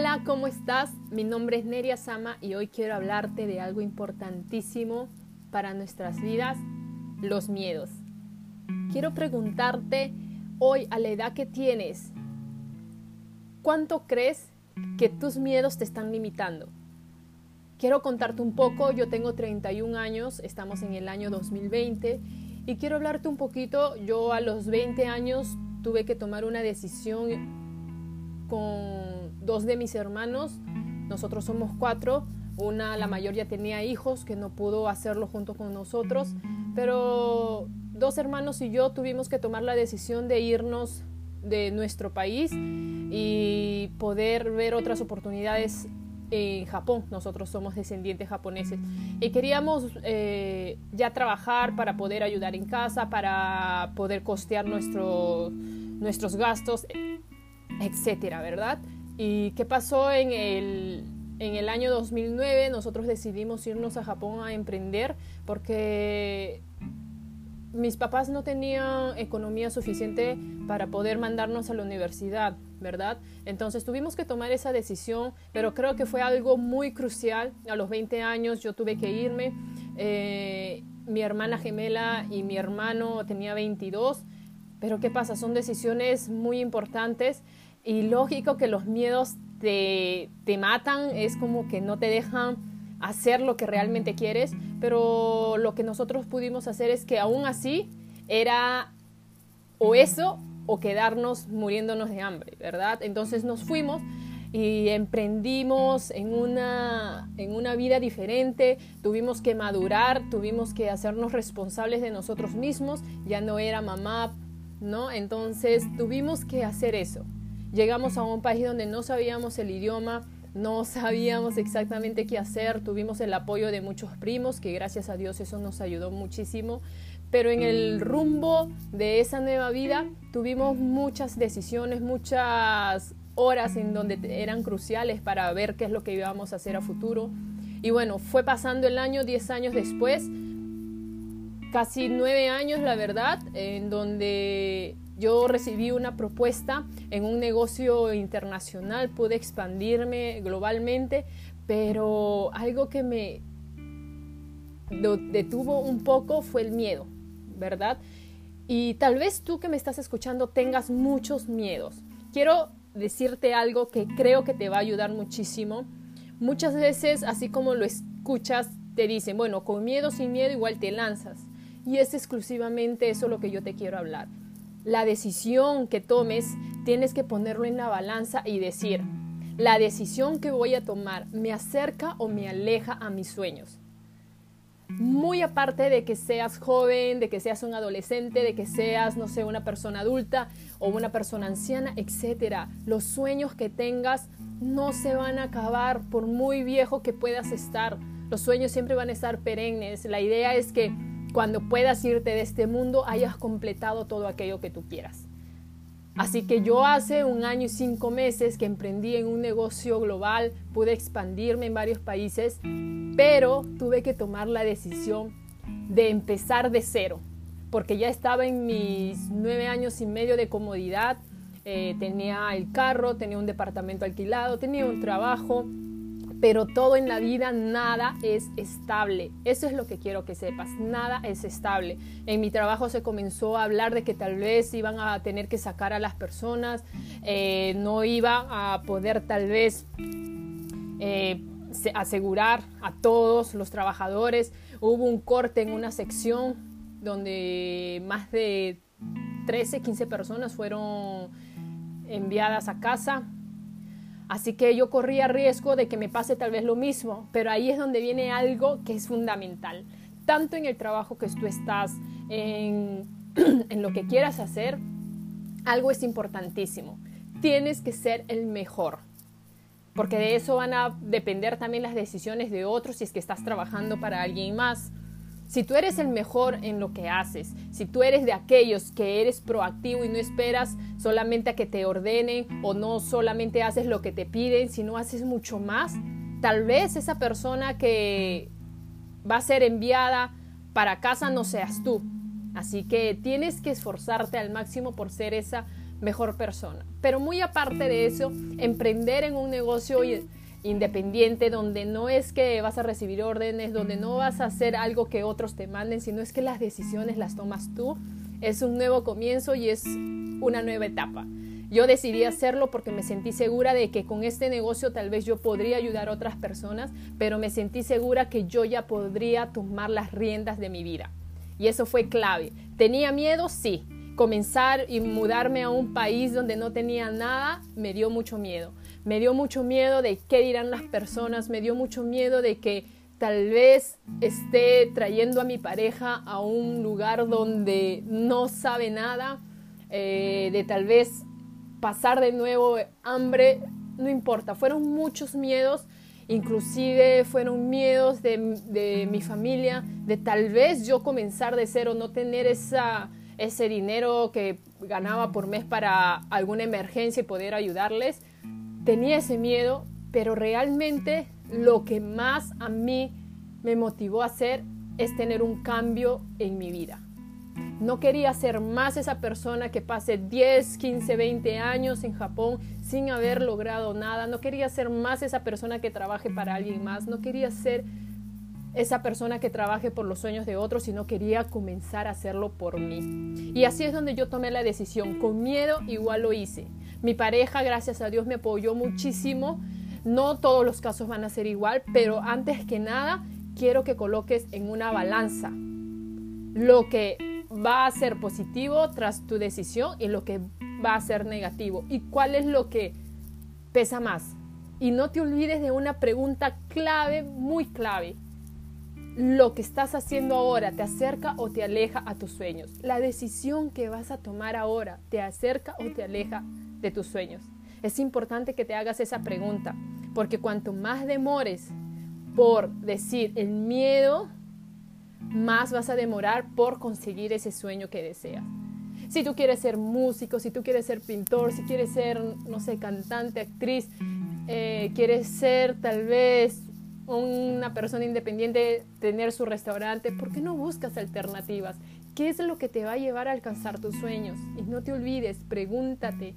Hola, ¿cómo estás? Mi nombre es Neria Sama y hoy quiero hablarte de algo importantísimo para nuestras vidas, los miedos. Quiero preguntarte hoy, a la edad que tienes, ¿cuánto crees que tus miedos te están limitando? Quiero contarte un poco. Yo tengo 31 años, estamos en el año 2020 y quiero hablarte un poquito. Yo a los 20 años tuve que tomar una decisión con dos de mis hermanos. Nosotros somos 4. La mayor ya tenía hijos que no pudo hacerlo junto con nosotros, pero 2 hermanos y yo tuvimos que tomar la decisión de irnos de nuestro país y poder ver otras oportunidades en Japón. Nosotros somos descendientes japoneses y queríamos ya trabajar para poder ayudar en casa, para poder costear nuestros gastos, etcétera, ¿verdad? ¿Y qué pasó en el año 2009? Nosotros decidimos irnos a Japón a emprender porque mis papás no tenían economía suficiente para poder mandarnos a la universidad, ¿verdad? Entonces tuvimos que tomar esa decisión, pero creo que fue algo muy crucial. A los 20 años yo tuve que irme. Mi hermana gemela y mi hermano tenía 22. Pero ¿qué pasa? Son decisiones muy importantes y lógico que los miedos te matan, es como que no te dejan hacer lo que realmente quieres, pero lo que nosotros pudimos hacer es que aún así era o eso o quedarnos muriéndonos de hambre, ¿verdad? Entonces nos fuimos y emprendimos en una vida diferente. Tuvimos que madurar, tuvimos que hacernos responsables de nosotros mismos. Ya no era mamá, ¿no? Entonces tuvimos que hacer eso. Llegamos a un país donde no sabíamos el idioma, no sabíamos exactamente qué hacer. Tuvimos el apoyo de muchos primos, que gracias a Dios eso nos ayudó muchísimo. Pero en el rumbo de esa nueva vida tuvimos muchas decisiones, muchas horas en donde eran cruciales para ver qué es lo que íbamos a hacer a futuro. Y bueno, fue pasando el año, 10 años después, casi 9 años, la verdad, en donde yo recibí una propuesta en un negocio internacional, pude expandirme globalmente, pero algo que me detuvo un poco fue el miedo, ¿verdad? Y tal vez tú que me estás escuchando tengas muchos miedos. Quiero decirte algo que creo que te va a ayudar muchísimo. Muchas veces, así como lo escuchas, te dicen, bueno, con miedo, sin miedo, igual te lanzas. Y es exclusivamente eso lo que yo te quiero hablar. La decisión que tomes, tienes que ponerlo en la balanza y decir, la decisión que voy a tomar, ¿me acerca o me aleja a mis sueños? Muy aparte de que seas joven, de que seas un adolescente, de que seas, no sé, una persona adulta o una persona anciana, etc. Los sueños que tengas no se van a acabar por muy viejo que puedas estar. Los sueños siempre van a estar perennes. La idea es que cuando puedas irte de este mundo, hayas completado todo aquello que tú quieras. Así que yo hace 1 año y 5 meses que emprendí en un negocio global, pude expandirme en varios países, pero tuve que tomar la decisión de empezar de cero, porque ya estaba en mis 9 años y medio de comodidad. Tenía el carro, tenía un departamento alquilado, tenía un trabajo, pero todo en la vida, nada es estable. Eso es lo que quiero que sepas, nada es estable. En mi trabajo se comenzó a hablar de que tal vez iban a tener que sacar a las personas, no iba a poder tal vez asegurar a todos los trabajadores. Hubo un corte en una sección donde más de 13, 15 personas fueron enviadas a casa. Así que yo corría riesgo de que me pase tal vez lo mismo, pero ahí es donde viene algo que es fundamental. Tanto en el trabajo que tú estás, en lo que quieras hacer, algo es importantísimo. Tienes que ser el mejor, porque de eso van a depender también las decisiones de otros si es que estás trabajando para alguien más. Si tú eres el mejor en lo que haces, si tú eres de aquellos que eres proactivo y no esperas solamente a que te ordenen o no solamente haces lo que te piden, sino haces mucho más, tal vez esa persona que va a ser enviada para casa no seas tú. Así que tienes que esforzarte al máximo por ser esa mejor persona. Pero muy aparte de eso, emprender en un negocio independiente donde no es que vas a recibir órdenes, donde no vas a hacer algo que otros te manden, sino es que las decisiones las tomas tú, es un nuevo comienzo y es una nueva etapa. Yo decidí hacerlo porque me sentí segura de que con este negocio tal vez yo podría ayudar a otras personas, pero me sentí segura que yo ya podría tomar las riendas de mi vida. Y eso fue clave. ¿Tenía miedo? Sí. Comenzar y mudarme a un país donde no tenía nada, me dio mucho miedo. Me dio mucho miedo de qué dirán las personas, me dio mucho miedo de que tal vez esté trayendo a mi pareja a un lugar donde no sabe nada, de tal vez pasar de nuevo hambre, no importa. Fueron muchos miedos, inclusive fueron miedos de mi familia, de tal vez yo comenzar de cero, no tener ese dinero que ganaba por mes para alguna emergencia y poder ayudarles. Tenía ese miedo, pero realmente lo que más a mí me motivó a hacer es tener un cambio en mi vida. No quería ser más esa persona que pase 10, 15, 20 años en Japón sin haber logrado nada. No quería ser más esa persona que trabaje para alguien más. No quería ser esa persona que trabaje por los sueños de otros, sino quería comenzar a hacerlo por mí. Y así es donde yo tomé la decisión. Con miedo igual lo hice. Mi pareja, gracias a Dios, me apoyó muchísimo. No todos los casos van a ser igual, pero antes que nada quiero que coloques en una balanza lo que va a ser positivo tras tu decisión y lo que va a ser negativo. ¿Y cuál es lo que pesa más? Y no te olvides de una pregunta clave, muy clave. ¿Lo que estás haciendo ahora te acerca o te aleja a tus sueños? La decisión que vas a tomar ahora te acerca o te aleja de tus sueños. Es importante que te hagas esa pregunta, porque cuanto más demores por decir el miedo, más vas a demorar por conseguir ese sueño que deseas. Si tú quieres ser músico, si tú quieres ser pintor, si quieres ser, no sé, cantante, actriz, quieres ser tal vez una persona independiente, tener su restaurante, ¿por qué no buscas alternativas? ¿Qué es lo que te va a llevar a alcanzar tus sueños? Y no te olvides, pregúntate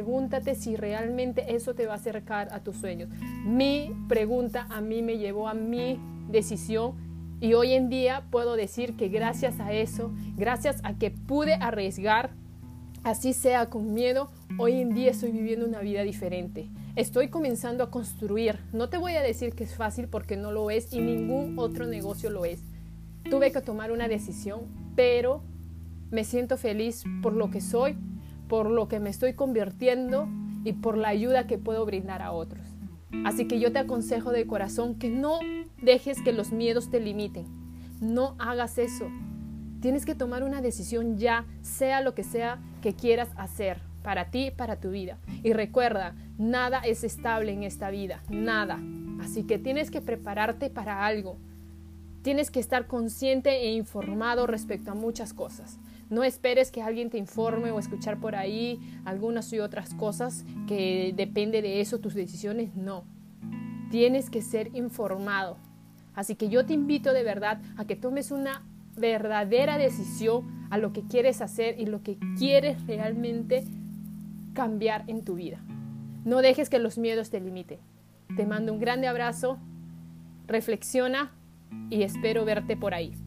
si realmente eso te va a acercar a tus sueños. Mi pregunta a mí me llevó a mi decisión y hoy en día puedo decir que gracias a eso, gracias a que pude arriesgar, así sea con miedo, hoy en día estoy viviendo una vida diferente. Estoy comenzando a construir. No te voy a decir que es fácil porque no lo es y ningún otro negocio lo es. Tuve que tomar una decisión, pero me siento feliz por lo que soy, por lo que me estoy convirtiendo y por la ayuda que puedo brindar a otros. Así que yo te aconsejo de corazón que no dejes que los miedos te limiten. No hagas eso. Tienes que tomar una decisión ya, sea lo que sea que quieras hacer para ti, para tu vida. Y recuerda, nada es estable en esta vida, nada. Así que tienes que prepararte para algo. Tienes que estar consciente e informado respecto a muchas cosas. No esperes que alguien te informe o escuchar por ahí algunas y otras cosas que depende de eso tus decisiones. No, tienes que ser informado. Así que yo te invito de verdad a que tomes una verdadera decisión a lo que quieres hacer y lo que quieres realmente cambiar en tu vida. No dejes que los miedos te limiten. Te mando un grande abrazo, reflexiona y espero verte por ahí.